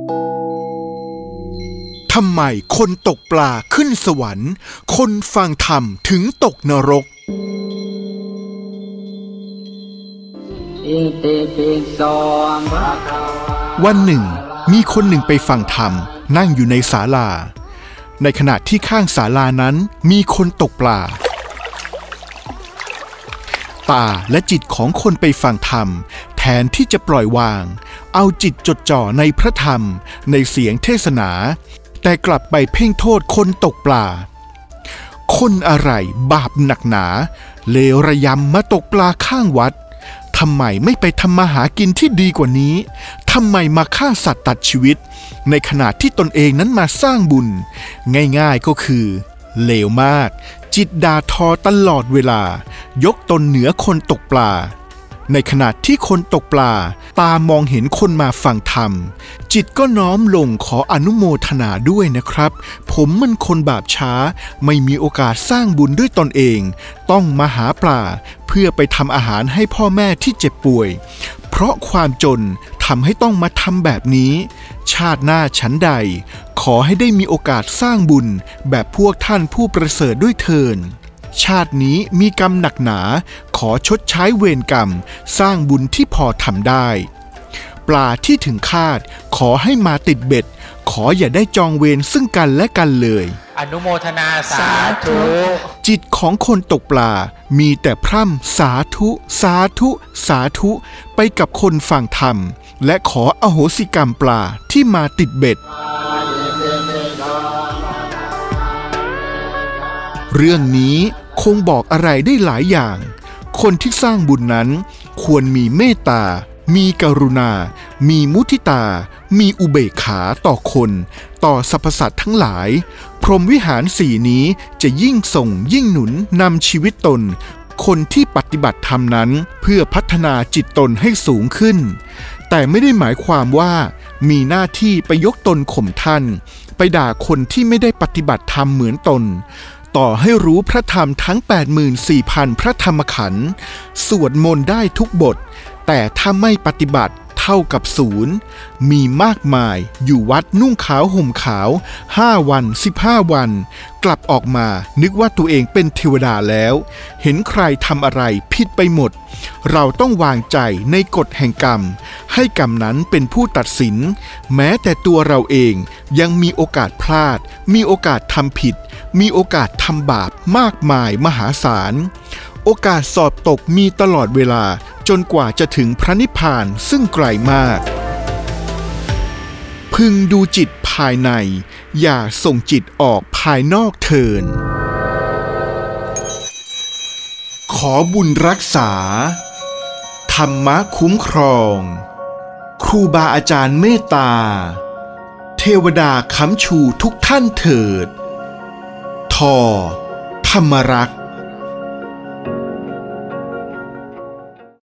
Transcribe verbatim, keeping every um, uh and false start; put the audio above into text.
ทำไมคนตกปลาขึ้นสวรรค์คนฟังธรรมถึงตกนรกวันหนึ่งมีคนหนึ่งไปฟังธรรมนั่งอยู่ในศาลาในขณะที่ข้างศาลานั้นมีคนตกปลาตาและจิตของคนไปฟังธรรมแทนที่จะปล่อยวางเอาจิตจดจ่อในพระธรรมในเสียงเทศนาแต่กลับไปเพ่งโทษคนตกปลาคนอะไรบาปหนักหนาเลวระยำมาตกปลาข้างวัดทำไมไม่ไปทำมาหากินที่ดีกว่านี้ทำไมมาฆ่าสัตว์ตัดชีวิตในขณะที่ตนเองนั้นมาสร้างบุญง่ายๆก็คือเลวมากจิตด่าทอตลอดเวลายกตนเหนือคนตกปลาในขณะที่คนตกปลาตามองเห็นคนมาฟังธรรมจิตก็น้อมลงขออนุโมทนาด้วยนะครับผมมันคนบาปช้าไม่มีโอกาสสร้างบุญด้วยตนเองต้องมาหาปลาเพื่อไปทำอาหารให้พ่อแม่ที่เจ็บป่วยเพราะความจนทำให้ต้องมาทำแบบนี้ชาติหน้าชั้นใดขอให้ได้มีโอกาสสร้างบุญแบบพวกท่านผู้ประเสริฐด้วยเถิดชาตินี้มีกรรมหนักหนาขอชดใช้เวรกรรมสร้างบุญที่พอทำได้ปลาที่ถึงคาดขอให้มาติดเบ็ดขออย่าได้จองเวรซึ่งกันและกันเลยอนุโมทนาสาธุจิตของคนตกปลามีแต่พร่ำสาธุสาธุสาธุไปกับคนฟังธรรมและขออโหสิกรรมปลาที่มาติดเบ็ดเรื่องนี้คงบอกอะไรได้หลายอย่างคนที่สร้างบุญนั้นควรมีเมตตามีกรุณามีมุทิตามีอุเบกขาต่อคนต่อสรรพสัตว์ทั้งหลายพรหมวิหารสี่นี้จะยิ่งส่งยิ่งหนุนนำชีวิตตนคนที่ปฏิบัติธรรมนั้นเพื่อพัฒนาจิตตนให้สูงขึ้นแต่ไม่ได้หมายความว่ามีหน้าที่ไปยกตนข่มท่านไปด่าคนที่ไม่ได้ปฏิบัติธรรมเหมือนตนต่อให้รู้พระธรรมทั้ง แปดหมื่นสี่พัน พระธรรมขันธ์สวดมนต์ได้ทุกบทแต่ถ้าไม่ปฏิบัติเท่ากับศูนย์มีมากมายอยู่วัดนุ่งขาวห่มขาวห้าวันสิบห้าวันกลับออกมานึกว่าตัวเองเป็นเทวดาแล้วเห็นใครทำอะไรผิดไปหมดเราต้องวางใจในกฎแห่งกรรมให้กรรมนั้นเป็นผู้ตัดสินแม้แต่ตัวเราเองยังมีโอกาสพลาดมีโอกาสทำผิดมีโอกาสทำบาปมากมายมหาศาลโอกาสสอบตกมีตลอดเวลาจนกว่าจะถึงพระนิพพานซึ่งไกลมากพึงดูจิตภายในอย่าส่งจิตออกภายนอกเถิดขอบุญรักษาธรรมะคุ้มครองครูบาอาจารย์เมตตาเทวดาค้ำชูทุกท่านเถิดทอธรรมรักษ์